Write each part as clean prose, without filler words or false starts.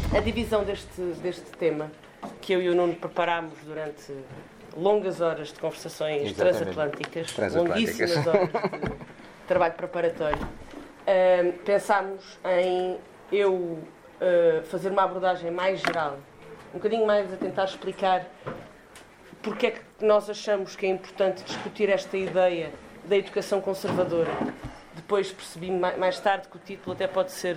a divisão deste tema, que eu e o Nuno preparámos durante longas horas de conversações transatlânticas, longuíssimas horas de trabalho preparatório, pensámos em fazer uma abordagem mais geral, um bocadinho mais a tentar explicar porque é que nós achamos que é importante discutir esta ideia da educação conservadora. Depois percebi mais tarde que o título até pode ser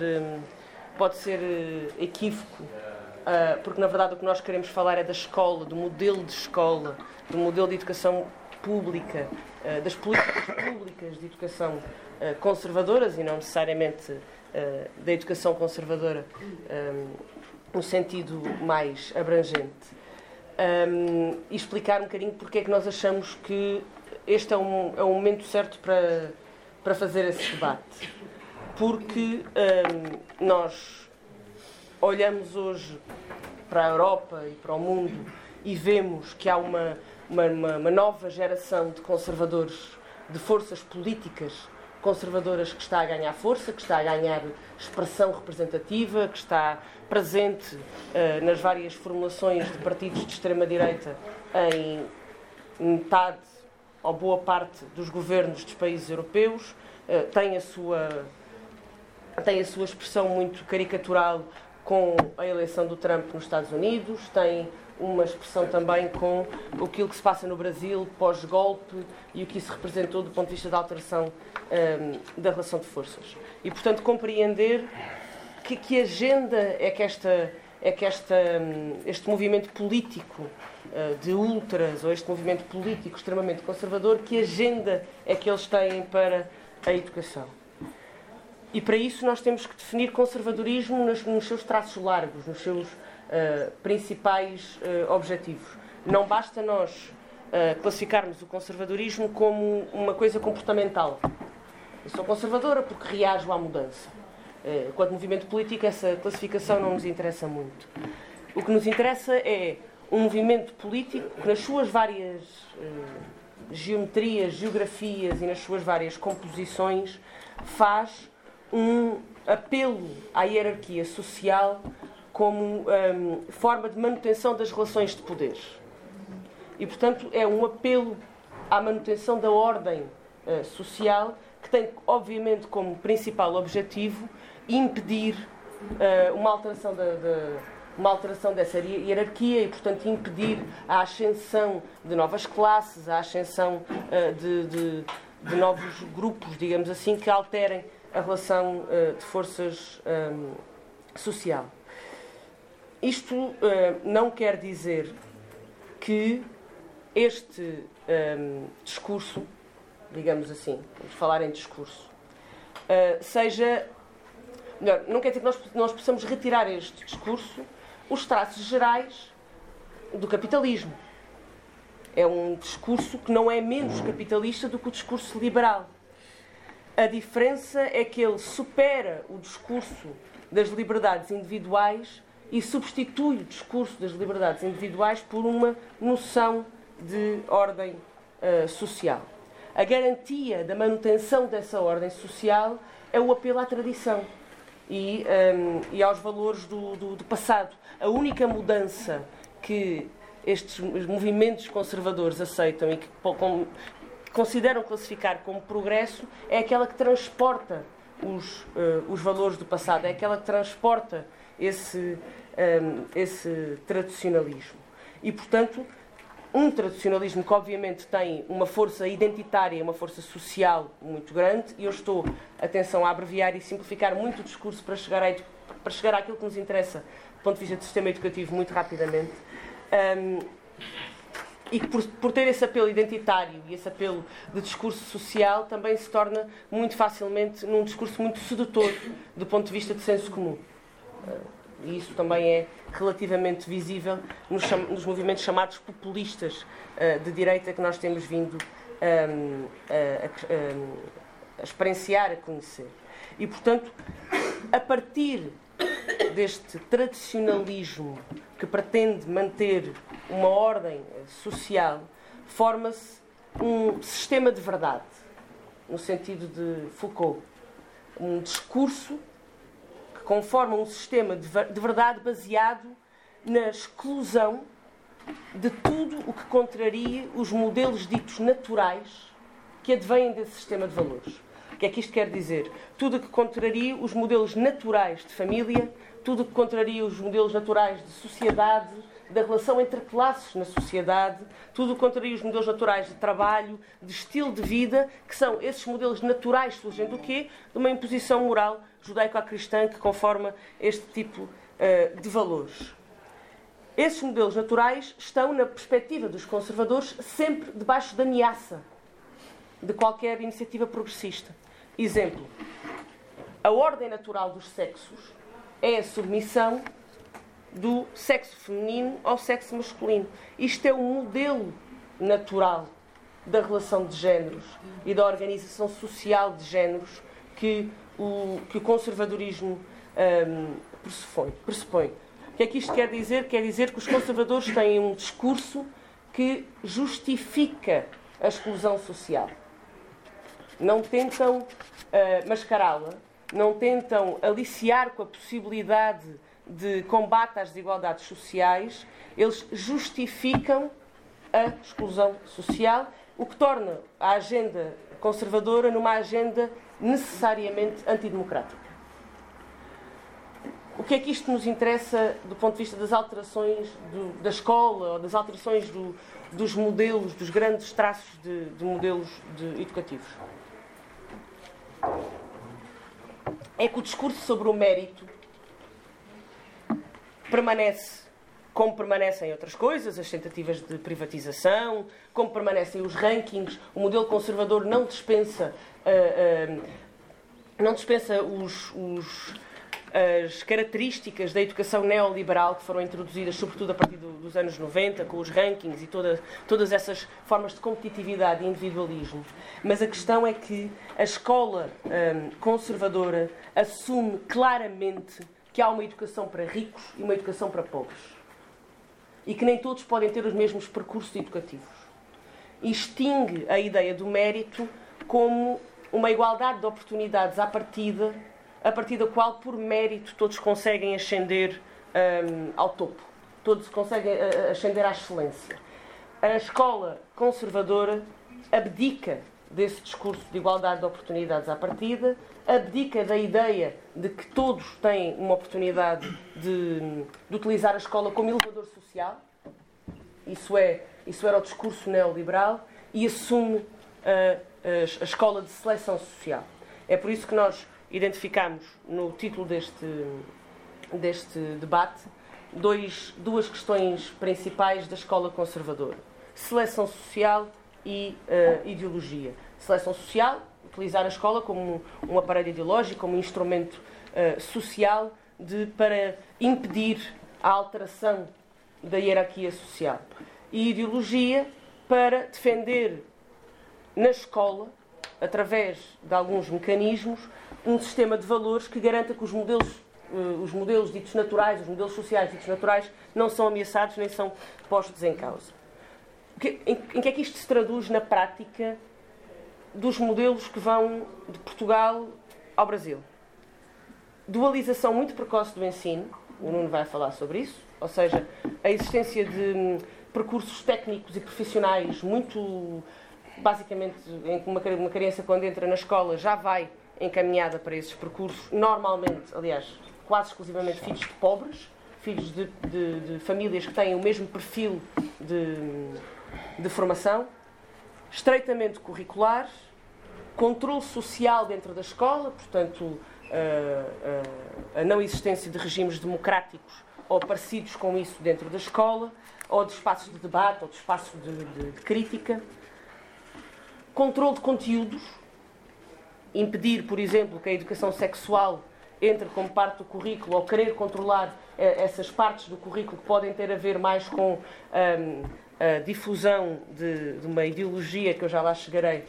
equívoco, porque na verdade o que nós queremos falar é da escola, do modelo de escola, do modelo de educação pública, das políticas públicas de educação conservadoras e não necessariamente da educação conservadora no sentido mais abrangente. E explicar um bocadinho porque é que nós achamos que este é o momento certo para fazer esse debate. Porque nós olhamos hoje para a Europa e para o mundo e vemos que há uma nova geração de conservadores, de forças políticas conservadoras que está a ganhar força, que está a ganhar expressão representativa, que está presente nas várias formulações de partidos de extrema-direita em metade ou boa parte dos governos dos países europeus, tem a sua expressão muito caricatural com a eleição do Trump nos Estados Unidos, tem uma expressão também com aquilo que se passa no Brasil pós-golpe e o que isso representou do ponto de vista da alteração da relação de forças. E, portanto, compreender que agenda é que este movimento político de ultras, ou este movimento político extremamente conservador, que agenda é que eles têm para a educação. E para isso nós temos que definir conservadorismo nos seus traços largos, nos seus principais objetivos. Não basta nós classificarmos o conservadorismo como uma coisa comportamental. Eu sou conservadora porque reajo à mudança. Enquanto movimento político, essa classificação não nos interessa muito. O que nos interessa é um movimento político que, nas suas várias geometrias, geografias e nas suas várias composições, faz um apelo à hierarquia social como forma de manutenção das relações de poderes. E, portanto, é um apelo à manutenção da ordem social que tem, obviamente, como principal objetivo impedir uma alteração dessa hierarquia e, portanto, impedir a ascensão de novas classes, a ascensão de novos grupos, digamos assim, que alterem a relação de forças social. Isto não quer dizer que este discurso, digamos assim, vamos falar em discurso, seja... Melhor, não quer dizer que nós possamos retirar este discurso os traços gerais do capitalismo. É um discurso que não é menos capitalista do que o discurso liberal. A diferença é que ele supera o discurso das liberdades individuais e substitui o discurso das liberdades individuais por uma noção de ordem social. A garantia da manutenção dessa ordem social é o apelo à tradição e aos valores do passado. A única mudança que estes movimentos conservadores aceitam e que consideram classificar como progresso é aquela que transporta os valores do passado, é aquela que transporta esse tradicionalismo. E, portanto, um tradicionalismo que obviamente tem uma força identitária, uma força social muito grande, e eu estou, atenção, a abreviar e simplificar muito o discurso para chegar àquilo que nos interessa do ponto de vista do sistema educativo muito rapidamente, e que por ter esse apelo identitário e esse apelo de discurso social também se torna muito facilmente num discurso muito sedutor do ponto de vista de senso comum. E isso também é relativamente visível nos movimentos chamados populistas de direita que nós temos vindo a experienciar, a conhecer. E, portanto, a partir deste tradicionalismo que pretende manter uma ordem social, forma-se um sistema de verdade, no sentido de Foucault. Um discurso que conformam um sistema de verdade baseado na exclusão de tudo o que contraria os modelos ditos naturais que advêm desse sistema de valores. O que é que isto quer dizer? Tudo o que contraria os modelos naturais de família, tudo o que contraria os modelos naturais de sociedade, da relação entre classes na sociedade, tudo o que contraria os modelos naturais de trabalho, de estilo de vida, que são esses modelos naturais surgem do quê? De uma imposição moral judaico-cristã que conforma este tipo de valores. Esses modelos naturais estão, na perspectiva dos conservadores, sempre debaixo da ameaça de qualquer iniciativa progressista. Exemplo, a ordem natural dos sexos é a submissão do sexo feminino ao sexo masculino. Isto é um modelo natural da relação de géneros e da organização social de géneros que o conservadorismo pressupõe. O que é que isto quer dizer? Quer dizer que os conservadores têm um discurso que justifica a exclusão social. Não tentam mascará-la, não tentam aliciar com a possibilidade de combate às desigualdades sociais, eles justificam a exclusão social, o que torna a agenda conservadora numa agenda necessariamente antidemocrática. O que é que isto nos interessa do ponto de vista das alterações da escola, ou das alterações dos modelos, dos grandes traços de modelos educativos? É que o discurso sobre o mérito permanece, como permanecem outras coisas, as tentativas de privatização, como permanecem os rankings. O modelo conservador não dispensa as características da educação neoliberal que foram introduzidas, sobretudo a partir dos anos 90, com os rankings e todas essas formas de competitividade e individualismo. Mas a questão é que a escola conservadora assume claramente que há uma educação para ricos e uma educação para pobres. E que nem todos podem ter os mesmos percursos educativos. E extingue a ideia do mérito como uma igualdade de oportunidades à partida, a partir da qual, por mérito, todos conseguem ascender ao topo. Todos conseguem ascender à excelência. A escola conservadora abdica desse discurso de igualdade de oportunidades à partida, abdica da ideia de que todos têm uma oportunidade de utilizar a escola como elevador social. Isso era o discurso neoliberal, e assume a escola de seleção social. É por isso que nós identificamos no título deste debate duas questões principais da escola conservadora: seleção social e ideologia. Seleção social, utilizar a escola como um aparelho ideológico, como um instrumento social para impedir a alteração da hierarquia social. E ideologia, para defender na escola, através de alguns mecanismos, um sistema de valores que garanta que os modelos ditos naturais, os modelos sociais ditos naturais, não são ameaçados nem são postos em causa. Em que é que isto se traduz na prática dos modelos que vão de Portugal ao Brasil? Dualização muito precoce do ensino, o Nuno vai falar sobre isso, ou seja, a existência de percursos técnicos e profissionais muito, basicamente, em que uma criança quando entra na escola já vai encaminhada para esses percursos, normalmente, aliás, quase exclusivamente filhos de pobres, filhos de famílias que têm o mesmo perfil de formação, estreitamente curricular, controle social dentro da escola, portanto, a não existência de regimes democráticos ou parecidos com isso dentro da escola, ou de espaços de debate, ou de espaços de crítica, controle de conteúdos, impedir, por exemplo, que a educação sexual entre como parte do currículo, ou querer controlar essas partes do currículo que podem ter a ver mais com a difusão de uma ideologia, que eu já lá chegarei,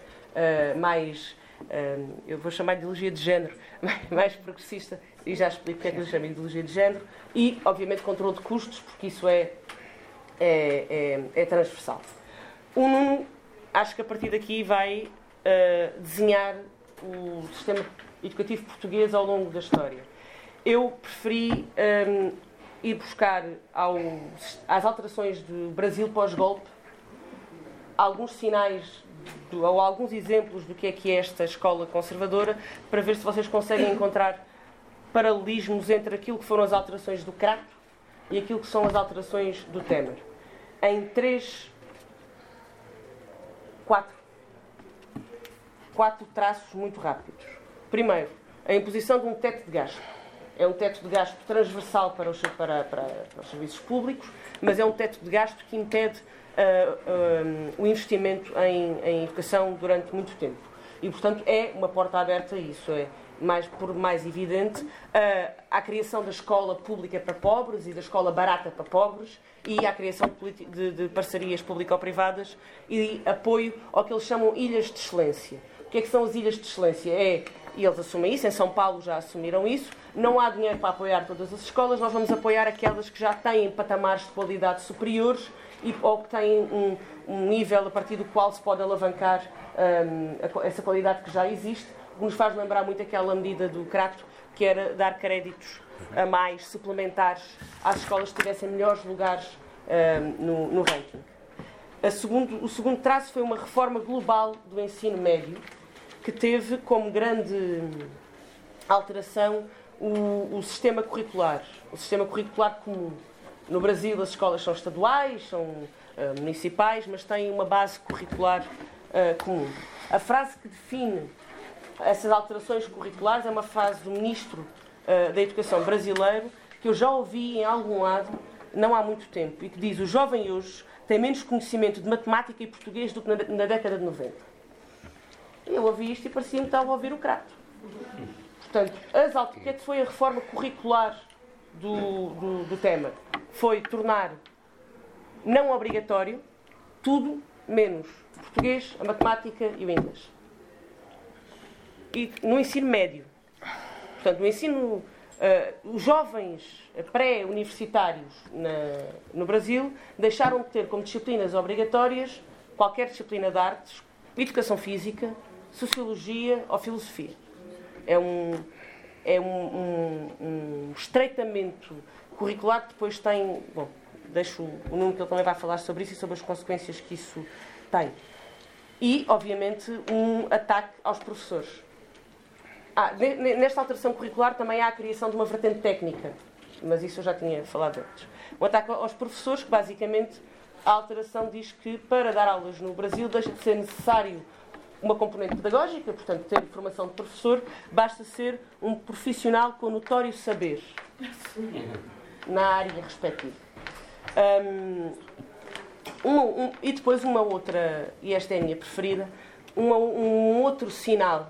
eu vou chamar de ideologia de género, mais progressista, e já explico porque é que eu chamo de ideologia de género, e, obviamente, controle de custos, porque isso é transversal. O Nuno, acho que a partir daqui vai desenhar o sistema educativo português ao longo da história. eu preferi ir buscar às alterações do Brasil pós-golpe alguns sinais ou alguns exemplos do que é esta escola conservadora, para ver se vocês conseguem encontrar paralelismos entre aquilo que foram as alterações do Crato e aquilo que são as alterações do Temer. Em quatro traços muito rápidos. Primeiro, a imposição de um teto de gasto. É um teto de gasto transversal para os serviços públicos, mas é um teto de gasto que impede o investimento em educação durante muito tempo. E, portanto, é uma porta aberta a isso. É por mais evidente a criação da escola pública para pobres e da escola barata para pobres e a criação de parcerias público-privadas e apoio ao que eles chamam ilhas de excelência. O que é que são as ilhas de excelência? E eles assumem isso, em São Paulo já assumiram isso, não há dinheiro para apoiar todas as escolas, nós vamos apoiar aquelas que já têm patamares de qualidade superiores ou que têm um nível a partir do qual se pode alavancar essa qualidade que já existe, o que nos faz lembrar muito aquela medida do Crato, que era dar créditos a mais suplementares às escolas que tivessem melhores lugares no ranking. O segundo traço foi uma reforma global do ensino médio, que teve como grande alteração o sistema curricular comum. No Brasil as escolas são estaduais, são municipais, mas têm uma base curricular comum. A frase que define essas alterações curriculares é uma frase do Ministro da Educação brasileiro, que eu já ouvi em algum lado, não há muito tempo, e que diz: o jovem hoje tem menos conhecimento de matemática e português do que na década de 90. Eu ouvi isto e parecia-me que estava a ouvir o Crato. Portanto, o que é que foi a reforma curricular do Temer? Foi tornar não obrigatório tudo menos o português, a matemática e o inglês. E no ensino médio. Portanto, no ensino... os jovens pré-universitários no Brasil deixaram de ter como disciplinas obrigatórias qualquer disciplina de artes, educação física, sociologia ou filosofia. É um estreitamento curricular que depois tem... Bom, deixo o Nuno, que ele também vai falar sobre isso e sobre as consequências que isso tem. E, obviamente, um ataque aos professores. Nesta alteração curricular também há a criação de uma vertente técnica, mas isso eu já tinha falado antes. Um ataque aos professores, que basicamente a alteração diz que para dar aulas no Brasil deixa de ser necessário uma componente pedagógica, portanto, ter formação de professor, basta ser um profissional com notório saber na área respectiva. E depois uma outra, e esta é a minha preferida, um outro sinal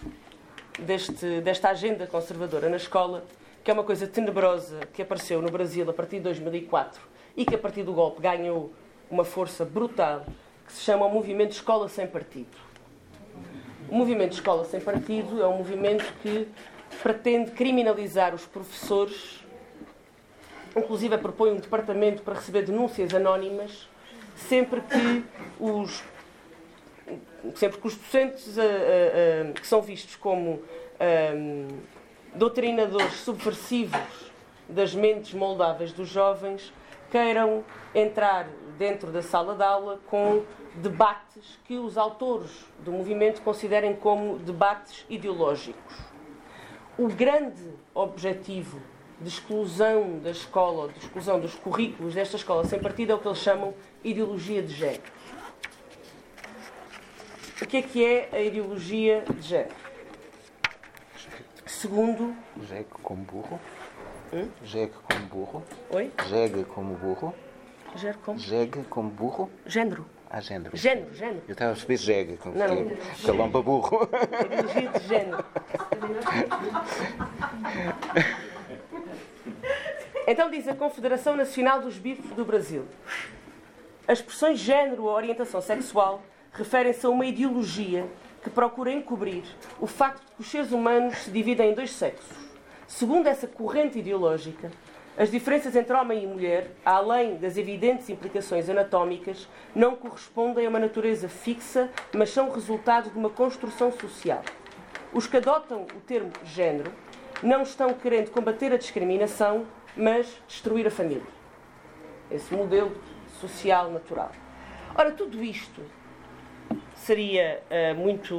desta agenda conservadora na escola, que é uma coisa tenebrosa que apareceu no Brasil a partir de 2004 e que a partir do golpe ganhou uma força brutal, que se chama o Movimento Escola Sem Partido. O Movimento Escola Sem Partido é um movimento que pretende criminalizar os professores, inclusive propõe um departamento para receber denúncias anónimas, sempre que os docentes que são vistos como doutrinadores subversivos das mentes moldáveis dos jovens queiram entrar dentro da sala de aula com debates que os autores do movimento considerem como debates ideológicos. O grande objetivo de exclusão da escola, de exclusão dos currículos desta escola sem partido é o que eles chamam ideologia de género. O que é a ideologia de género? Segundo... Jegue como burro. Jegue como burro. Oi? Jegue como burro. Jegue como? Jegue como burro. Género. Género. Género. Eu estava a perceber jegue, como não. calomba burro. Ideologia de género. Então diz a Confederação Nacional dos Bispos do Brasil: as expressões género ou orientação sexual referem-se a uma ideologia que procura encobrir o facto de que os seres humanos se dividem em dois sexos. Segundo essa corrente ideológica, as diferenças entre homem e mulher, além das evidentes implicações anatómicas, não correspondem a uma natureza fixa, mas são resultado de uma construção social. Os que adotam o termo género não estão querendo combater a discriminação, mas destruir a família. Esse modelo social natural. Ora, tudo isto seria muito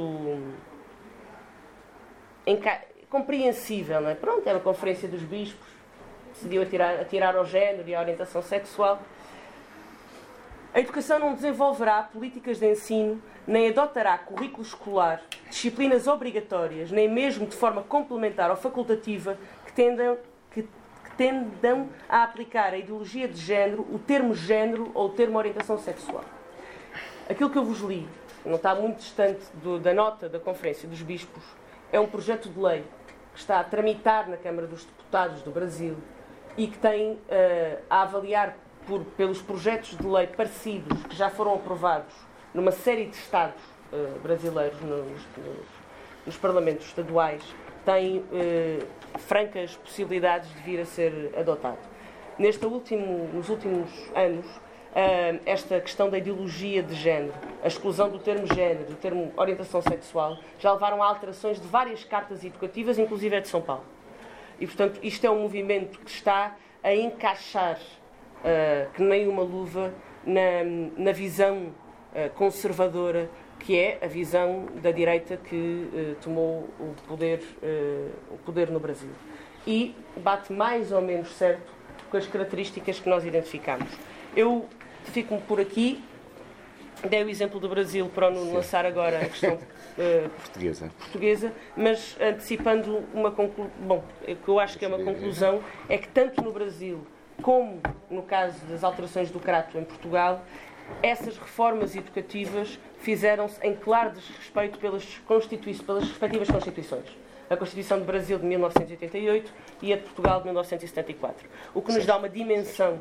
compreensível, não é? Pronto, é uma conferência dos bispos, decidiu atirar ao género e à orientação sexual. A educação não desenvolverá políticas de ensino, nem adotará currículo escolar, disciplinas obrigatórias, nem mesmo de forma complementar ou facultativa, que tendam a aplicar a ideologia de género, o termo género ou o termo orientação sexual. Aquilo que eu vos li, não está muito distante da nota da Conferência dos Bispos, é um projeto de lei que está a tramitar na Câmara dos Deputados do Brasil e que tem a avaliar pelos projetos de lei parecidos que já foram aprovados numa série de Estados brasileiros, nos parlamentos estaduais, tem francas possibilidades de vir a ser adotado. Nos últimos anos, esta questão da ideologia de género, a exclusão do termo género, do termo orientação sexual, já levaram a alterações de várias cartas educativas, inclusive a de São Paulo. E, portanto, isto é um movimento que está a encaixar, que nem uma luva, na visão conservadora, que é a visão da direita que tomou o poder no Brasil. E bate mais ou menos certo com as características que nós identificamos. Eu fico por aqui, dei o exemplo do Brasil para não lançar agora a questão portuguesa, mas antecipando uma conclusão. Bom, o que eu acho que é uma conclusão é que tanto no Brasil como no caso das alterações do Crato em Portugal, essas reformas educativas fizeram-se em claro desrespeito pelas respectivas Constituições. A Constituição do Brasil de 1988 e a de Portugal de 1974. O que nos dá uma dimensão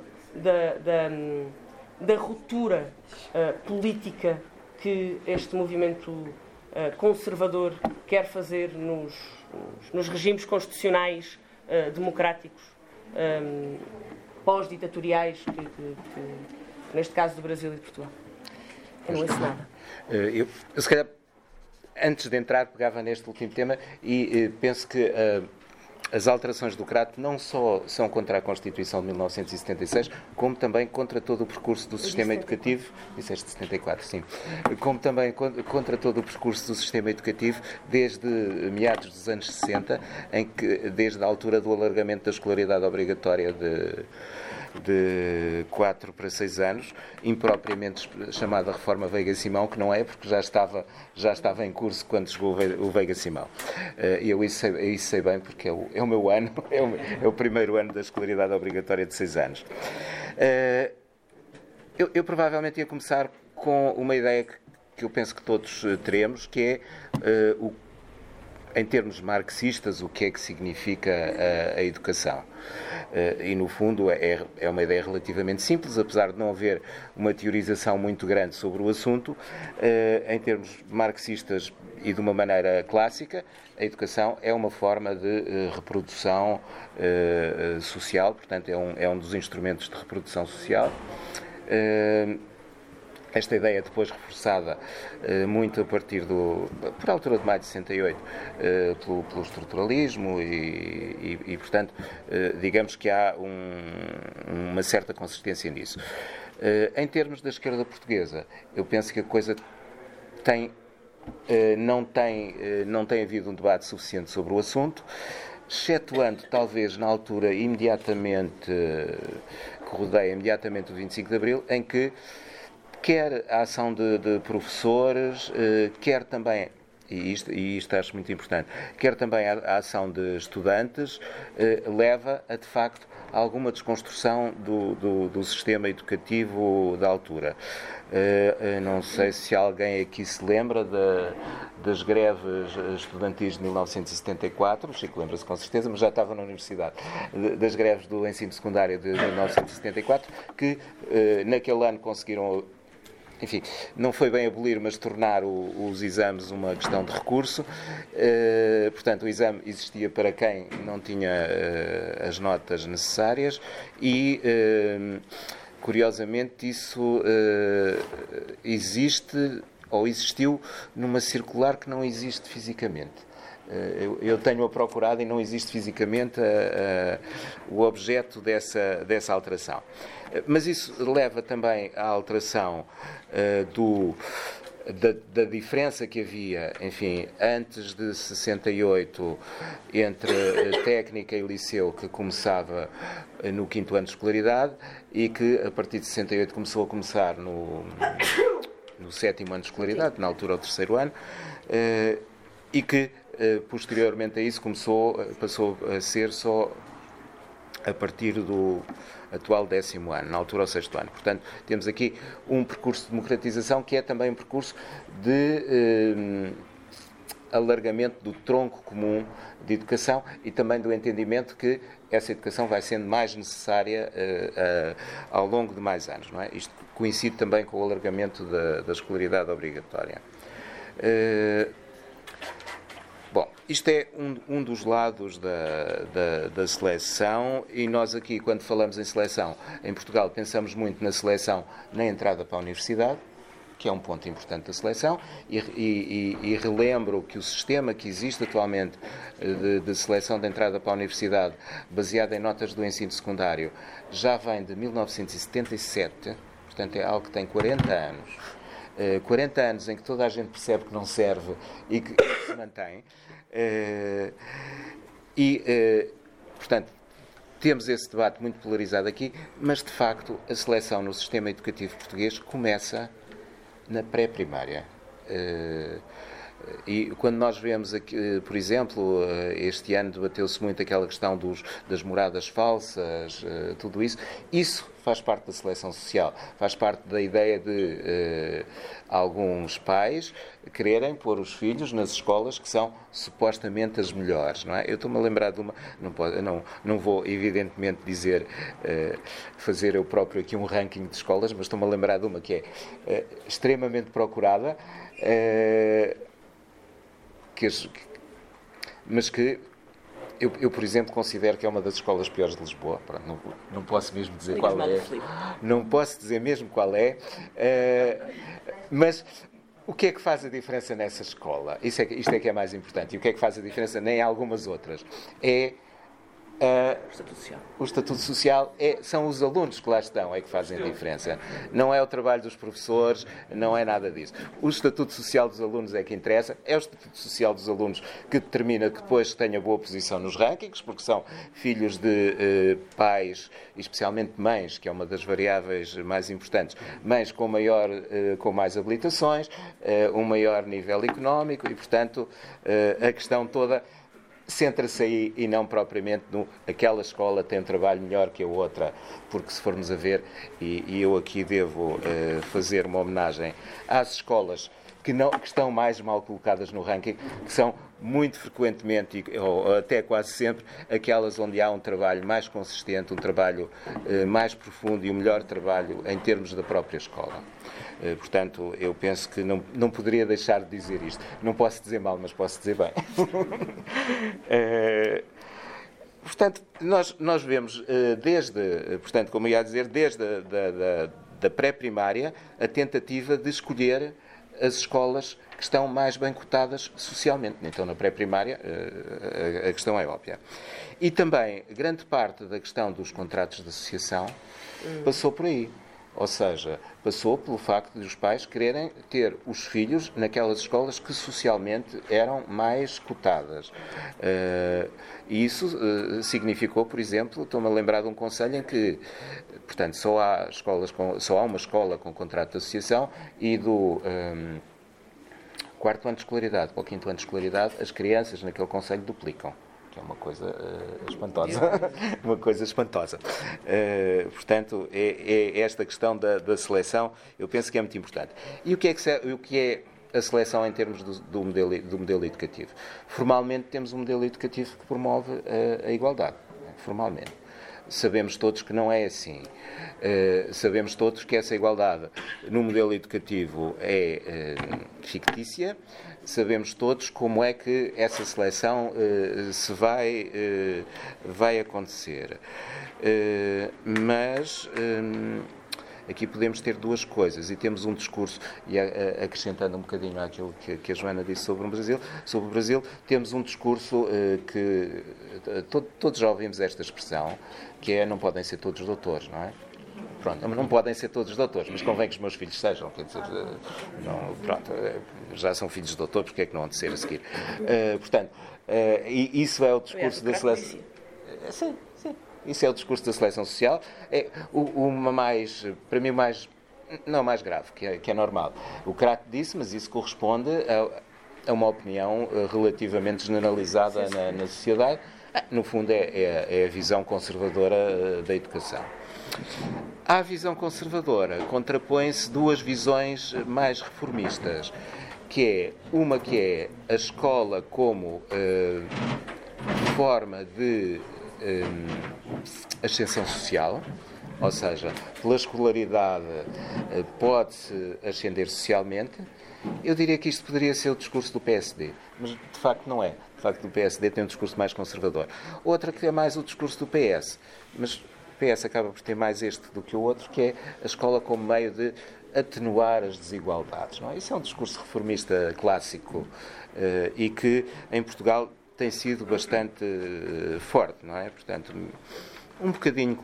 da ruptura política que este movimento conservador quer fazer nos regimes constitucionais democráticos pós-ditatoriais, neste caso do Brasil e de Portugal. Eu não ouço nada. Eu, se calhar, antes de entrar, pegava neste último tema e penso que as alterações do Crato não só são contra a Constituição de 1976, como também contra todo o percurso do sistema educativo, disseste 74, sim, como também contra todo o percurso do sistema educativo desde meados dos anos 60, desde a altura do alargamento da escolaridade obrigatória de 4 para 6 anos, impropriamente chamada Reforma Veiga Simão, que não é, porque já estava em curso quando chegou o Veiga Simão. E eu isso sei bem, porque é o meu ano, é o primeiro ano da escolaridade obrigatória de 6 anos. Eu provavelmente ia começar com uma ideia que eu penso que todos teremos, que é, em termos marxistas, o que é que significa a educação. E, no fundo, é uma ideia relativamente simples, apesar de não haver uma teorização muito grande sobre o assunto. Em termos marxistas e de uma maneira clássica, a educação é uma forma de reprodução social, portanto, é um dos instrumentos de reprodução social. Esta ideia depois reforçada muito a partir por altura de maio de 68, pelo estruturalismo e portanto, digamos que há uma certa consistência nisso. Em termos da esquerda portuguesa, eu penso que a coisa não tem havido um debate suficiente sobre o assunto, excetuando talvez na altura imediatamente que rodeia imediatamente o 25 de Abril, em que quer a ação de professores, quer também, e isto acho muito importante, quer também a ação de estudantes, leva a, de facto, a alguma desconstrução do sistema educativo da altura. Não sei se alguém aqui se lembra das greves estudantis de 1974, o Chico lembra-se com certeza, mas já estava na universidade, das greves do ensino secundário de 1974, que naquele ano conseguiram... Enfim, não foi bem abolir, mas tornar os exames uma questão de recurso. Portanto, o exame existia para quem não tinha as notas necessárias e, curiosamente, isso existe ou existiu numa circular que não existe fisicamente. Eu tenho-a procurado e não existe fisicamente o objeto dessa alteração. Mas isso leva também à alteração da diferença que havia, enfim, antes de 68, entre técnica e liceu, que começava no 5º ano de escolaridade e que, a partir de 68, começou a começar no 7º ano de escolaridade, na altura o 3º ano, e que, posteriormente a isso, passou a ser só a partir do atual 10º ano, na altura o 6º ano. Portanto, temos aqui um percurso de democratização que é também um percurso de alargamento do tronco comum de educação e também do entendimento que essa educação vai sendo mais necessária ao longo de mais anos. Não é? Isto coincide também com o alargamento da escolaridade obrigatória. Bom, isto é um dos lados da seleção e nós aqui, quando falamos em seleção, em Portugal, pensamos muito na seleção na entrada para a universidade, que é um ponto importante da seleção, e relembro que o sistema que existe atualmente de seleção de entrada para a universidade, baseado em notas do ensino secundário, já vem de 1977, portanto é algo que tem 40 anos. 40 anos em que toda a gente percebe que não serve e que se mantém. Portanto, temos esse debate muito polarizado aqui, mas, de facto, a seleção no sistema educativo português começa na pré-primária. E quando nós vemos, aqui, por exemplo, este ano debateu-se muito aquela questão das moradas falsas, tudo isso faz parte da seleção social, faz parte da ideia de alguns pais quererem pôr os filhos nas escolas que são supostamente as melhores, não é? Eu estou-me a lembrar de uma, não vou evidentemente fazer eu próprio aqui um ranking de escolas, mas estou-me a lembrar de uma que é extremamente procurada, mas que eu, por exemplo, considero que é uma das escolas piores de Lisboa. Pronto, não posso mesmo dizer qual é. Não posso dizer mesmo qual é. Mas o que é que faz a diferença nessa escola? Isto é que é mais importante. E o que é que faz a diferença nem algumas outras? O estatuto social são os alunos que lá estão é que fazem a diferença. Não é o trabalho dos professores, não é nada disso. O estatuto social dos alunos é que interessa, é o estatuto social dos alunos que determina que depois tenha boa posição nos rankings, porque são filhos de pais, especialmente mães, que é uma das variáveis mais importantes, mães com mais habilitações, um maior nível económico e, portanto, a questão toda centra-se aí e não propriamente aquela escola tem um trabalho melhor que a outra, porque se formos a ver, e eu aqui devo fazer uma homenagem às escolas que estão mais mal colocadas no ranking, que são muito frequentemente, ou até quase sempre, aquelas onde há um trabalho mais consistente, um trabalho mais profundo e um melhor trabalho em termos da própria escola. Portanto, eu penso que não poderia deixar de dizer isto. Não posso dizer mal, mas posso dizer bem. Portanto, nós vemos portanto, como eu ia dizer, desde da pré-primária, a tentativa de escolher as escolas que estão mais bem cotadas socialmente. Então, na pré-primária, a questão é óbvia. E também, grande parte da questão dos contratos de associação passou por aí. Ou seja, passou pelo facto de os pais quererem ter os filhos naquelas escolas que socialmente eram mais cotadas. E isso significou, por exemplo, estou-me a lembrar de um conselho em que, portanto, só há uma escola com contrato de associação e do 4º ano de escolaridade para o 5º ano de escolaridade, as crianças naquele conselho duplicam. É uma coisa espantosa. Uma coisa espantosa. Portanto, é esta questão da seleção, eu penso que é muito importante. E o que é a seleção em termos do modelo educativo? Formalmente, temos um modelo educativo que promove a igualdade. Formalmente. Sabemos todos que não é assim. Sabemos todos que essa igualdade no modelo educativo é fictícia. Sabemos todos como é que essa seleção vai acontecer. Mas Aqui podemos ter duas coisas e temos um discurso, e acrescentando um bocadinho àquilo que a Joana disse sobre o Brasil, temos um discurso que todos já ouvimos esta expressão, que é não podem ser todos doutores, não é? Pronto, não podem ser todos doutores, mas convém que os meus filhos sejam, quer dizer, não, pronto, já são filhos de doutor, porque é que não hão de ser a seguir? Portanto, e isso é o discurso da seleção. Sim, isso é o discurso da seleção social. É uma mais, para mim, não mais grave, que é normal. O Crato disse, mas isso corresponde a uma opinião relativamente generalizada na sociedade. No fundo, é a visão conservadora da educação. À visão conservadora contrapõem-se duas visões mais reformistas, que é a escola como forma de ascensão social, ou seja, pela escolaridade pode-se ascender socialmente. Eu diria que isto poderia ser o discurso do PSD, mas de facto não é. De facto, o PSD tem um discurso mais conservador. Outra que é mais o discurso do PS, mas o PS acaba por ter mais este do que o outro, que é a escola como meio de atenuar as desigualdades. Não é? Isso é um discurso reformista clássico e que em Portugal tem sido bastante forte, não é? Portanto, um bocadinho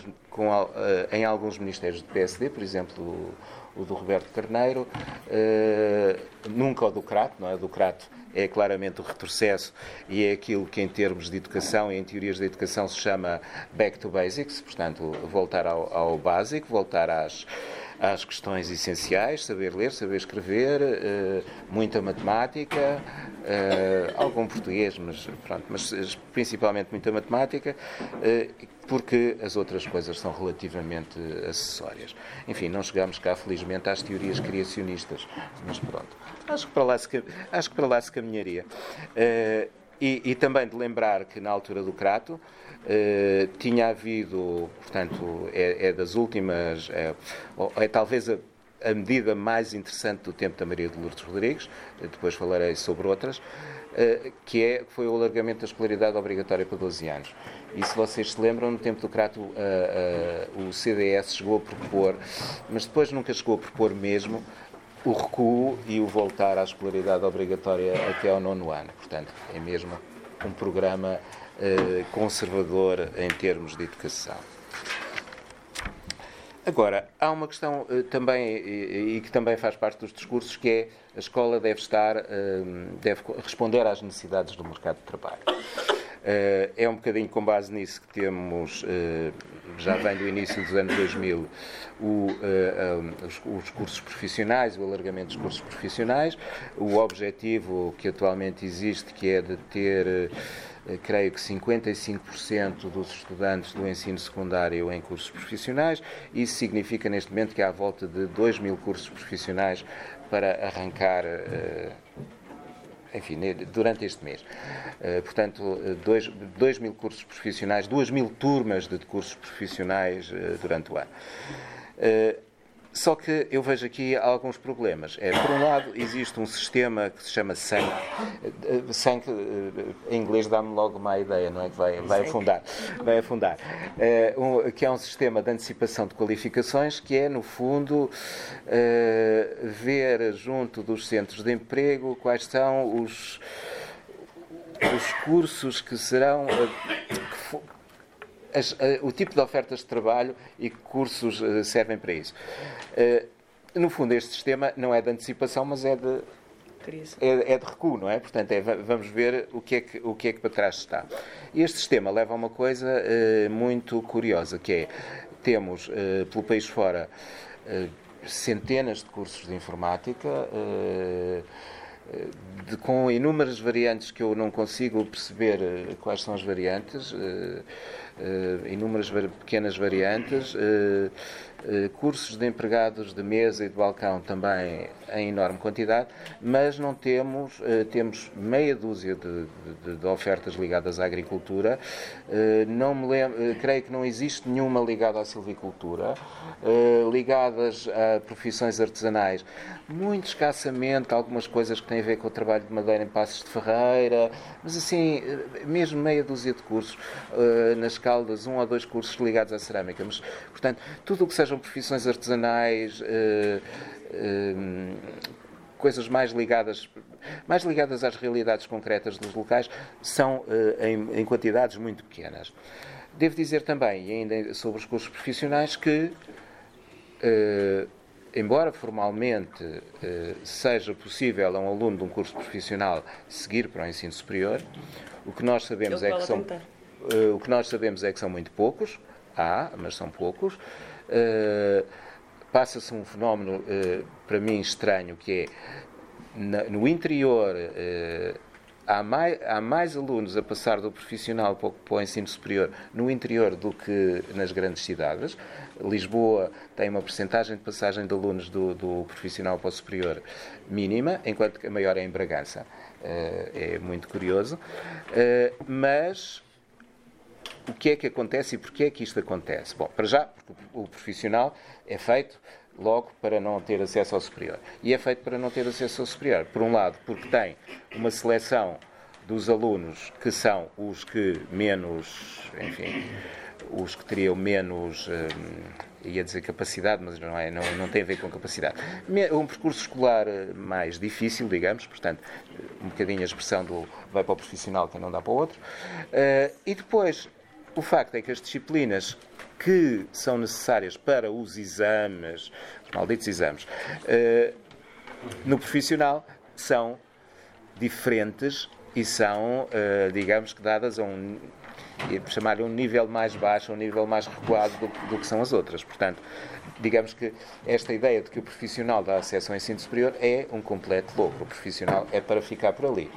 em alguns ministérios do PSD, por exemplo, o do Roberto Carneiro, nunca o do Crato, não é? O do Crato é claramente o retrocesso e é aquilo que em termos de educação e em teorias da educação se chama back to basics, portanto, voltar ao básico, voltar às questões essenciais, saber ler, saber escrever, muita matemática, algum português, mas principalmente muita matemática, porque as outras coisas são relativamente acessórias. Enfim, não chegamos cá, felizmente, às teorias criacionistas, mas pronto, acho que para lá se caminharia. E também de lembrar que na altura do Crato tinha havido, portanto, é das últimas, é talvez a medida mais interessante do tempo da Maria de Lourdes Rodrigues, depois falarei sobre outras, que foi o alargamento da escolaridade obrigatória para 12 anos. E se vocês se lembram, no tempo do Crato o CDS chegou a propor, mas depois nunca chegou a propor mesmo, o recuo e o voltar à escolaridade obrigatória até ao 9º ano. Portanto, é mesmo um programa conservador em termos de educação. Agora, há uma questão também, e que também faz parte dos discursos, que é a escola deve responder às necessidades do mercado de trabalho. É um bocadinho com base nisso que temos, já vem do início dos anos 2000, os cursos profissionais, o alargamento dos cursos profissionais, o objetivo que atualmente existe, que é de ter, creio que 55% dos estudantes do ensino secundário em cursos profissionais. Isso significa, neste momento, que há à volta de 2.000 cursos profissionais para arrancar, enfim, durante este mês. Portanto, 2.000 cursos profissionais, 2.000 turmas de cursos profissionais durante o ano. Só que eu vejo aqui alguns problemas. Por um lado, existe um sistema que se chama SANC. SANC, em inglês, dá-me logo uma ideia, não é? Que vai afundar. Que é um sistema de antecipação de qualificações, que é, no fundo, ver junto dos centros de emprego quais são os cursos que serão... o tipo de ofertas de trabalho e que cursos servem para isso. No fundo, este sistema não é de antecipação, mas é de recuo, não é? Portanto, vamos ver o que é que para trás está. Este sistema leva a uma coisa muito curiosa, que é, temos, pelo país fora, centenas de cursos de informática, com inúmeras variantes que eu não consigo perceber quais são as variantes, inúmeras pequenas variantes, cursos de empregados de mesa e de balcão também em enorme quantidade, mas não temos meia dúzia de ofertas ligadas à agricultura. Não me lembro, creio que não existe nenhuma ligada à silvicultura, ligadas a profissões artesanais, muito escassamente algumas coisas que têm a ver com o trabalho de madeira em Passos de Ferreira, mas assim, mesmo meia dúzia de cursos Caldas 1 ou 2 cursos ligados à cerâmica, mas, portanto, tudo o que sejam profissões artesanais, coisas mais ligadas às realidades concretas dos locais, são em quantidades muito pequenas. Devo dizer também, e ainda sobre os cursos profissionais, que, embora formalmente seja possível a um aluno de um curso profissional seguir para o ensino superior, o que nós sabemos é que são muito poucos, mas são poucos. Passa-se um fenómeno, para mim, estranho, que é, no interior, há mais alunos a passar do profissional para o ensino superior no interior do que nas grandes cidades. Lisboa tem uma percentagem de passagem de alunos do profissional para o superior mínima, enquanto que a maior é em Bragança. É muito curioso. Mas o que é que acontece e porquê é que isto acontece? Bom, para já, porque o profissional é feito logo para não ter acesso ao superior. E é feito para não ter acesso ao superior. Por um lado, porque tem uma seleção dos alunos que são os que menos, enfim, os que teriam menos, ia dizer capacidade, mas não tem a ver com capacidade. Um percurso escolar mais difícil, digamos, portanto, um bocadinho a expressão do vai para o profissional quem não dá para o outro. E depois, o facto é que as disciplinas que são necessárias para os exames, os malditos exames, no profissional são diferentes e são, digamos que dadas a chamar um nível mais baixo, um nível mais recuado do que são as outras. Portanto, digamos que esta ideia de que o profissional dá acesso ao ensino superior é um completo louco. O profissional é para ficar por ali.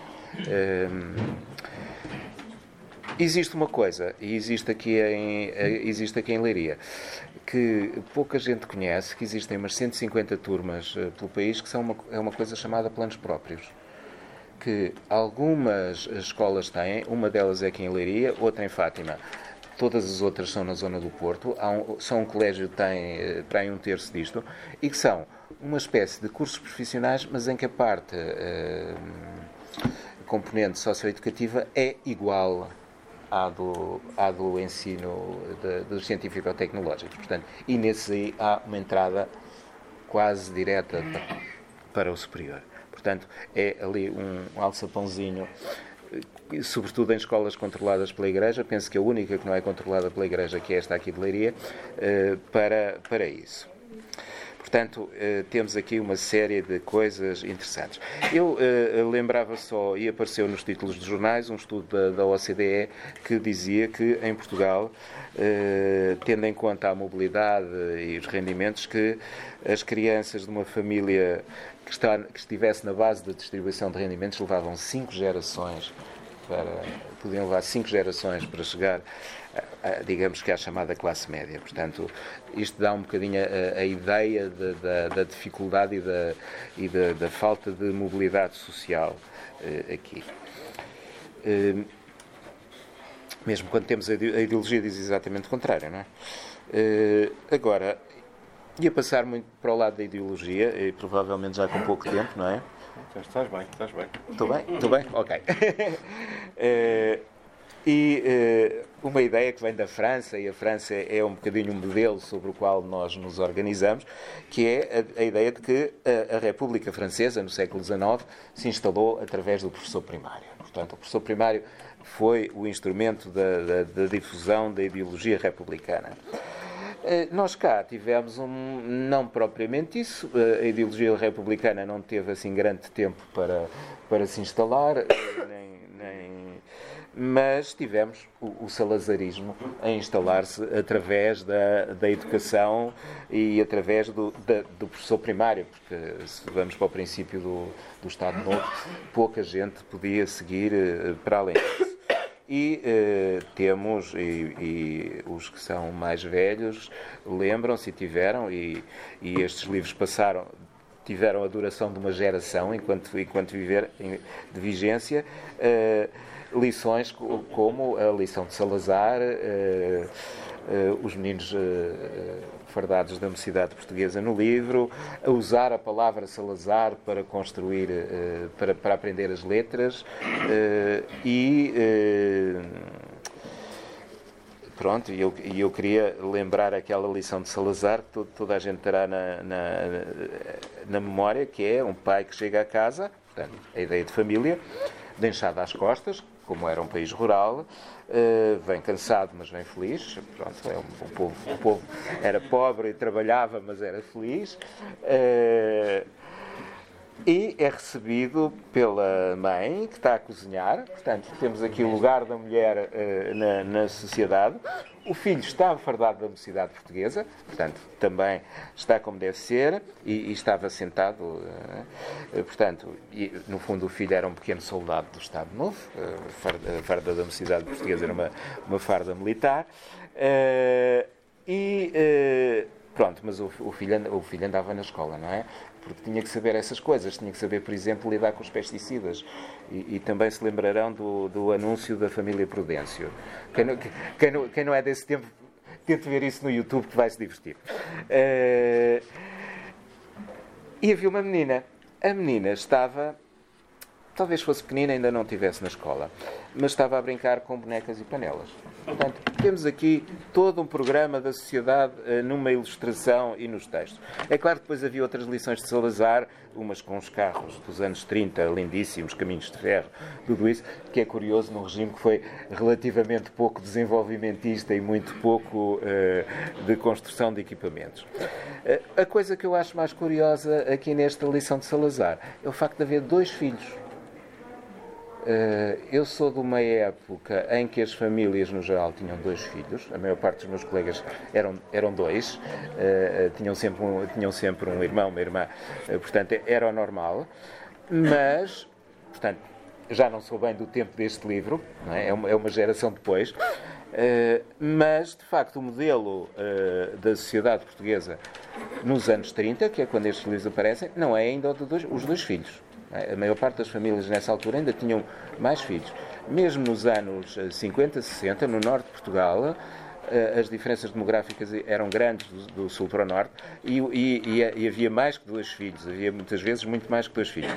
Existe uma coisa, e existe aqui em Leiria, que pouca gente conhece, que existem umas 150 turmas pelo país, que é uma coisa chamada planos próprios, que algumas escolas têm, uma delas é aqui em Leiria, outra em Fátima, todas as outras são na zona do Porto, só um colégio tem para aí 1/3 disto, e que são uma espécie de cursos profissionais, mas em que a parte componente socioeducativa é igual à do ensino dos científico-tecnológicos. Portanto, e nesse aí há uma entrada quase direta para o superior. Portanto, é ali um alçapãozinho, sobretudo em escolas controladas pela Igreja, penso que a única que não é controlada pela Igreja, que é esta aqui de Leiria, para isso. Portanto, temos aqui uma série de coisas interessantes. Eu lembrava só, e apareceu nos títulos dos jornais, um estudo da OCDE que dizia que em Portugal, tendo em conta a mobilidade e os rendimentos, que as crianças de uma família que estivesse na base da distribuição de rendimentos levavam 5 gerações podiam levar 5 gerações para chegar, digamos que à chamada classe média. Portanto, isto dá um bocadinho a ideia da dificuldade e da falta de mobilidade social aqui. Mesmo quando temos a ideologia diz exatamente o contrário, não é? Agora, ia passar muito para o lado da ideologia, e provavelmente já com pouco tempo, não é? Estás bem. Estou bem? Ok. Uma ideia que vem da França, e a França é um bocadinho um modelo sobre o qual nós nos organizamos, que é a ideia de que a República Francesa, no século XIX, se instalou através do professor primário. Portanto, o professor primário foi o instrumento da difusão da ideologia republicana. Nós cá tivemos não propriamente isso, a ideologia republicana não teve assim grande tempo para se instalar, mas tivemos o salazarismo a instalar-se através da educação e através do professor primário, porque se vamos para o princípio do Estado Novo, pouca gente podia seguir para além disso. E temos, e os que são mais velhos lembram-se e tiveram, e estes livros tiveram a duração de uma geração enquanto viver de vigência, lições como a lição de Salazar, os meninos fardados da Mocidade Portuguesa no livro, a usar a palavra Salazar para construir, para aprender as letras, e pronto, e eu queria lembrar aquela lição de Salazar, que toda a gente terá na memória, que é um pai que chega a casa, portanto, a ideia de família, de enxada às costas, como era um país rural, vem cansado, mas vem feliz. Pronto, o povo era pobre e trabalhava, mas era feliz. E é recebido pela mãe, que está a cozinhar. Portanto, temos aqui o lugar da mulher na sociedade. O filho está fardado da mocidade portuguesa, portanto, também está como deve ser, e estava sentado. Portanto, no fundo, o filho era um pequeno soldado do Estado Novo. A farda da mocidade portuguesa era uma farda militar. Pronto, mas o filho andava na escola, não é? Porque tinha que saber essas coisas, tinha que saber, por exemplo, lidar com os pesticidas. E também se lembrarão do anúncio da família Prudêncio. Quem não é desse tempo, tente ver isso no YouTube, que vai se divertir. E havia uma menina. A menina estava, talvez fosse pequenina, ainda não estivesse na escola, mas estava a brincar com bonecas e panelas. Portanto, temos aqui todo um programa da sociedade numa ilustração e nos textos. É claro que depois havia outras lições de Salazar, umas com os carros dos anos 30, lindíssimos, caminhos de ferro, tudo isso, que é curioso num regime que foi relativamente pouco desenvolvimentista e muito pouco de construção de equipamentos. A coisa que eu acho mais curiosa aqui nesta lição de Salazar é o facto de haver 2 filhos. Eu sou de uma época em que as famílias, no geral, tinham 2 filhos. A maior parte dos meus colegas eram 2. Tinham sempre um irmão, uma irmã. Portanto, era o normal. Mas, portanto, já não sou bem do tempo deste livro. Não é? É uma geração depois. Mas, de facto, o modelo da sociedade portuguesa nos anos 30, que é quando estes livros aparecem, não é ainda os 2 filhos. A maior parte das famílias nessa altura ainda tinham mais filhos. Mesmo nos anos 50, 60, no norte de Portugal, as diferenças demográficas eram grandes do sul para o norte e havia mais que 2 filhos. Havia muitas vezes muito mais que 2 filhos.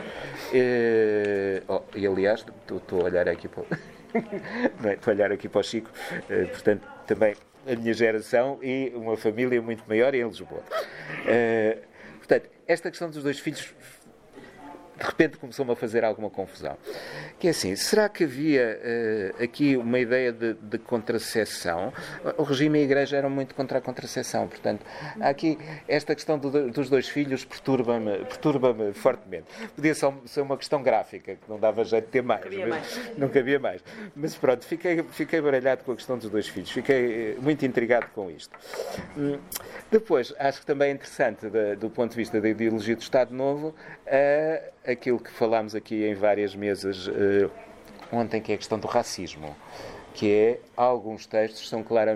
E aliás, estou a olhar aqui para estou a olhar aqui para o Chico, portanto, também a minha geração e uma família muito maior em Lisboa. Portanto, esta questão dos 2 filhos de repente começou-me a fazer alguma confusão. Que é assim, será que havia aqui uma ideia de contracepção? O regime e a Igreja eram muito contra a contracepção, portanto, aqui esta questão dos 2 filhos perturba-me fortemente. Podia ser uma questão gráfica, que não dava jeito de ter mais. Não cabia mais. Mas pronto, fiquei baralhado com a questão dos 2 filhos. Fiquei muito intrigado com isto. Depois, acho que também é interessante, do ponto de vista da ideologia do Estado Novo, aquilo que falámos aqui em várias mesas ontem, que é a questão do racismo, que é, alguns textos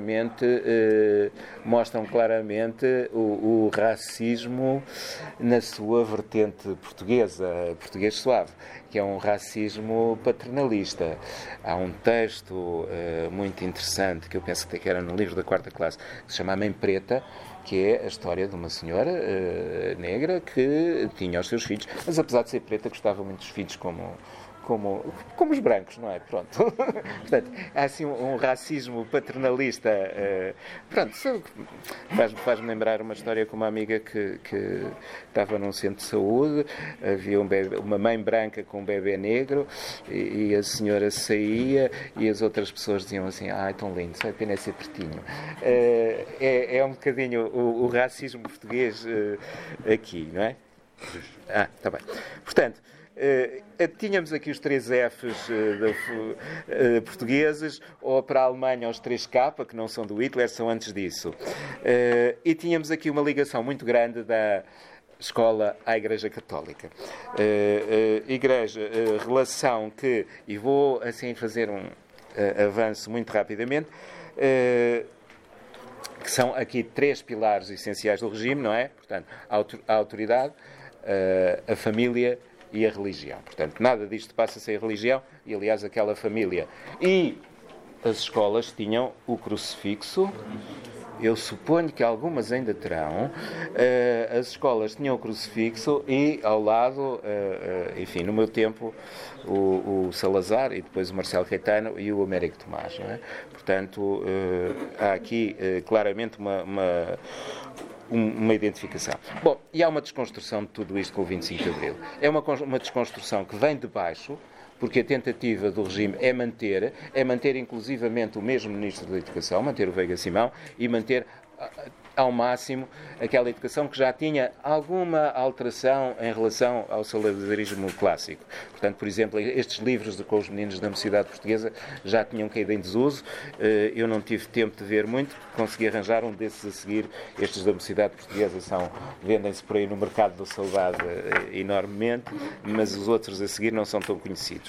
mostram claramente o racismo na sua vertente portuguesa, português suave, que é um racismo paternalista. Há um texto muito interessante, que eu penso que era no livro da 4ª classe, que se chama A Mãe Preta, que é a história de uma senhora negra que tinha os seus filhos, mas apesar de ser preta, gostava muito dos filhos como os brancos, não é? Pronto. Portanto, há assim um racismo paternalista. Pronto, faz-me lembrar uma história com uma amiga que estava num centro de saúde, havia uma mãe branca com um bebê negro e a senhora saía e as outras pessoas diziam assim: ai, tão lindo, só é pena ser pretinho. É um bocadinho o racismo português aqui, não é? Está bem. Portanto, tínhamos aqui os 3 Fs portugueses, ou para a Alemanha os 3K, que não são do Hitler, são antes disso. E tínhamos aqui uma ligação muito grande da escola à Igreja Católica. Relação que, e vou assim fazer um avanço muito rapidamente, que são aqui 3 pilares essenciais do regime, não é? Portanto, a autoridade, a família e a religião. Portanto, nada disto passa sem a religião, e aliás aquela família e as escolas tinham o crucifixo eu suponho que algumas ainda terão, as escolas tinham o crucifixo e ao lado, enfim, no meu tempo, o Salazar e depois o Marcelo Caetano e o Américo Tomás, não é? Portanto, há aqui claramente uma identificação. Bom, e há uma desconstrução de tudo isto com o 25 de Abril. É uma desconstrução que vem de baixo, porque a tentativa do regime é manter inclusivamente o mesmo Ministro da Educação, manter o Veiga Simão e manter ao máximo aquela educação que já tinha alguma alteração em relação ao salazarismo clássico. Portanto, por exemplo, estes livros com os meninos da Mocidade Portuguesa já tinham caído em desuso. Eu não tive tempo de ver muito, consegui arranjar um desses a seguir. Estes da Mocidade Portuguesa vendem-se por aí no mercado da saudade enormemente, mas os outros a seguir não são tão conhecidos.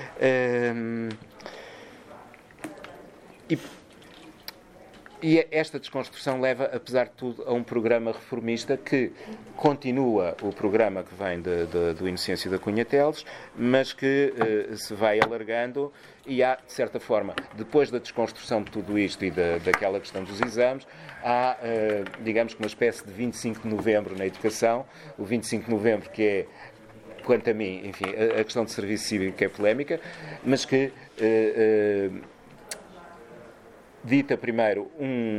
E esta desconstrução leva, apesar de tudo, a um programa reformista que continua o programa que vem do Inocêncio da Cunha Teles, mas que se vai alargando e há, de certa forma, depois da desconstrução de tudo isto e daquela questão dos exames, há, digamos que uma espécie de 25 de novembro na educação, o 25 de novembro que é, quanto a mim, enfim, a questão de serviço cívico que é polémica, mas que dita primeiro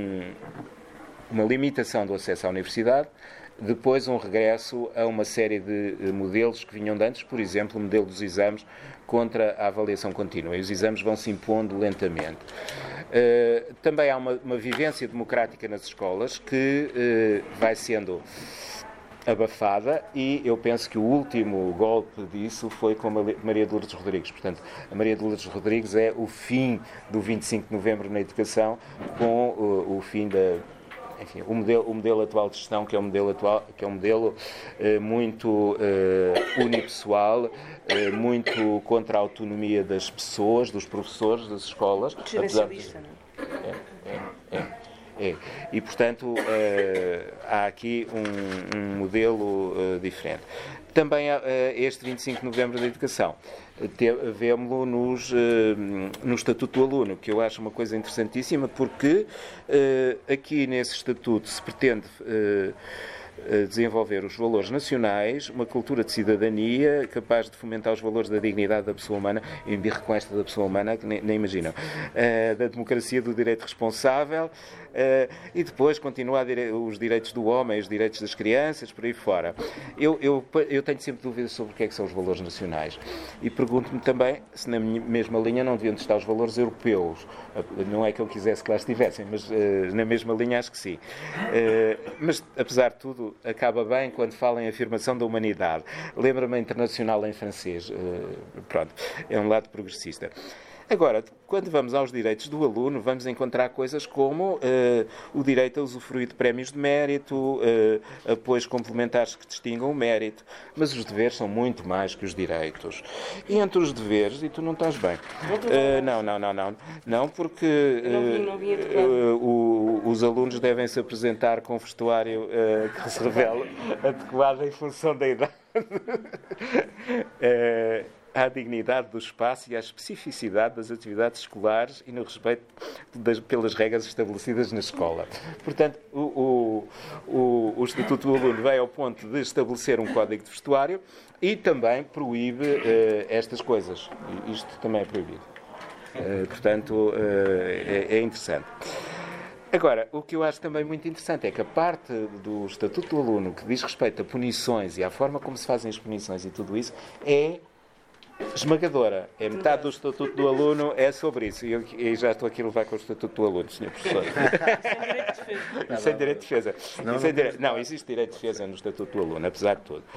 uma limitação do acesso à universidade, depois um regresso a uma série de modelos que vinham de antes, por exemplo, o modelo dos exames contra a avaliação contínua. E os exames vão se impondo lentamente. Também há uma vivência democrática nas escolas que vai sendo abafada e eu penso que o último golpe disso foi com a Maria de Lourdes Rodrigues. Portanto, a Maria de Lourdes Rodrigues é o fim do 25 de novembro na educação com o fim enfim, o modelo atual de gestão, que é um modelo muito unipessoal, muito contra a autonomia das pessoas, dos professores, das escolas. Gerencialista, não é? E, portanto, há aqui um modelo diferente. Também este 25 de novembro da educação, vemo-lo no Estatuto do Aluno, que eu acho uma coisa interessantíssima, porque aqui nesse Estatuto se pretende desenvolver os valores nacionais, uma cultura de cidadania capaz de fomentar os valores da dignidade da pessoa humana, eu embirro com esta da pessoa humana, que nem imaginam, da democracia, do direito responsável, e depois continua os direitos do homem, os direitos das crianças, por aí fora. Eu tenho sempre dúvidas sobre o que é que são os valores nacionais e pergunto-me também se na mesma linha não deviam estar os valores europeus. Não é que eu quisesse que lá estivessem, mas na mesma linha acho que sim. Mas, apesar de tudo, acaba bem quando fala em afirmação da humanidade. Lembra-me a Internacional em francês. Pronto, é um lado progressista. Agora, quando vamos aos direitos do aluno, vamos encontrar coisas como o direito a usufruir de prémios de mérito, apoios complementares que distingam o mérito, mas os deveres são muito mais que os direitos. E entre os deveres, e tu não estás bem. Não, porque os alunos devem se apresentar com um vestuário que se revela adequado em função da idade. À dignidade do espaço e à especificidade das atividades escolares e no respeito pelas regras estabelecidas na escola. Portanto, o Estatuto do Aluno vai ao ponto de estabelecer um código de vestuário e também proíbe estas coisas. Isto também é proibido. Portanto, é interessante. Agora, o que eu acho também muito interessante é que a parte do Estatuto do Aluno que diz respeito a punições e à forma como se fazem as punições e tudo isso é esmagadora. É metade do Estatuto do Aluno é sobre isso. E já estou aqui a levar com o Estatuto do Aluno, Sr. Professor. Sem direito de defesa. Não, existe direito de defesa no Estatuto do Aluno, apesar de tudo.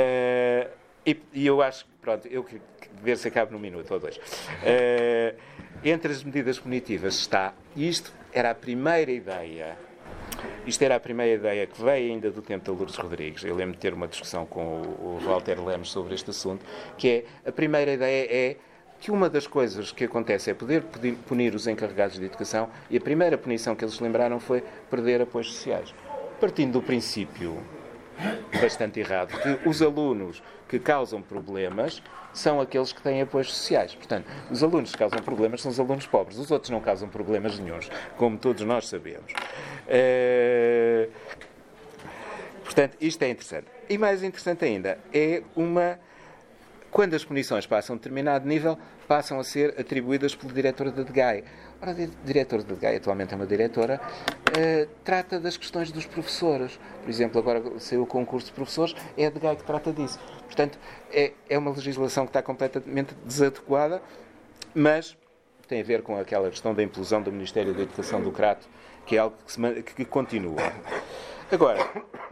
E eu acho que, pronto, eu que ver se acabo num minuto ou dois. Entre as medidas punitivas está, isto era a primeira ideia. Isto era a primeira ideia que veio ainda do tempo da Lourdes Rodrigues. Eu lembro de ter uma discussão com o Walter Lemos sobre este assunto, que é, a primeira ideia é que uma das coisas que acontece é poder punir os encarregados de educação, e a primeira punição que eles lembraram foi perder apoios sociais. Partindo do princípio bastante errado, que os alunos que causam problemas são aqueles que têm apoios sociais. Portanto, os alunos que causam problemas são os alunos pobres. Os outros não causam problemas nenhuns, como todos nós sabemos. Portanto, isto é interessante. E mais interessante ainda, quando as punições passam a determinado nível, passam a ser atribuídas pelo diretor da DGAI. Ora, a diretora da DGAI, atualmente é uma diretora, trata das questões dos professores. Por exemplo, agora saiu o concurso de professores, é a DGAI que trata disso. Portanto, é uma legislação que está completamente desadequada, mas tem a ver com aquela questão da implosão do Ministério da Educação do Crato, que é algo que continua. Agora,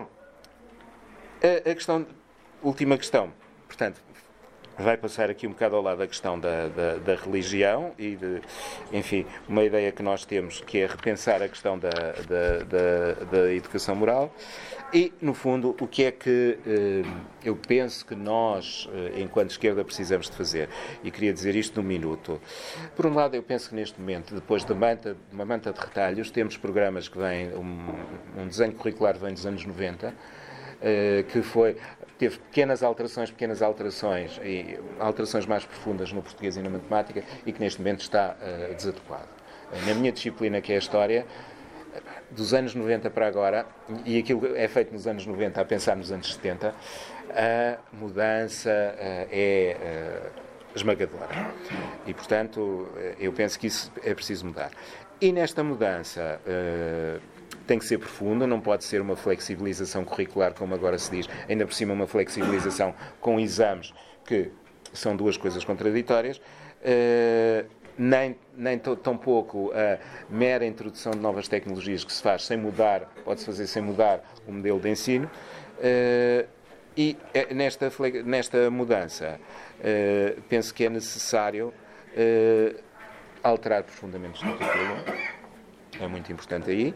última questão, portanto, vai passar aqui um bocado ao lado da questão da religião e enfim, uma ideia que nós temos que é repensar a questão da educação moral e, no fundo, o que é que eu penso que nós, enquanto esquerda, precisamos de fazer. E queria dizer isto num minuto. Por um lado, eu penso que neste momento, depois de uma manta de retalhos, temos programas que vêm, um desenho curricular que vem dos anos 90, que teve pequenas alterações e alterações mais profundas no português e na matemática e que neste momento está desadequado. Na minha disciplina, que é a História, dos anos 90 para agora, e aquilo que é feito nos anos 90 a pensar nos anos 70, a mudança é esmagadora. E, portanto, eu penso que isso é preciso mudar. E nesta mudança tem que ser profunda, não pode ser uma flexibilização curricular, como agora se diz, ainda por cima uma flexibilização com exames, que são duas coisas contraditórias, nem tampouco a mera introdução de novas tecnologias que se faz sem mudar, pode-se fazer sem mudar o modelo de ensino, e nesta mudança penso que é necessário alterar profundamente o currículo, é muito importante aí,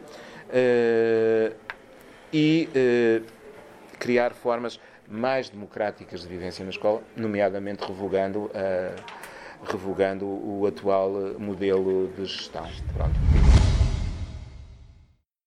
e criar formas mais democráticas de vivência na escola, nomeadamente revogando o atual modelo de gestão. Pronto.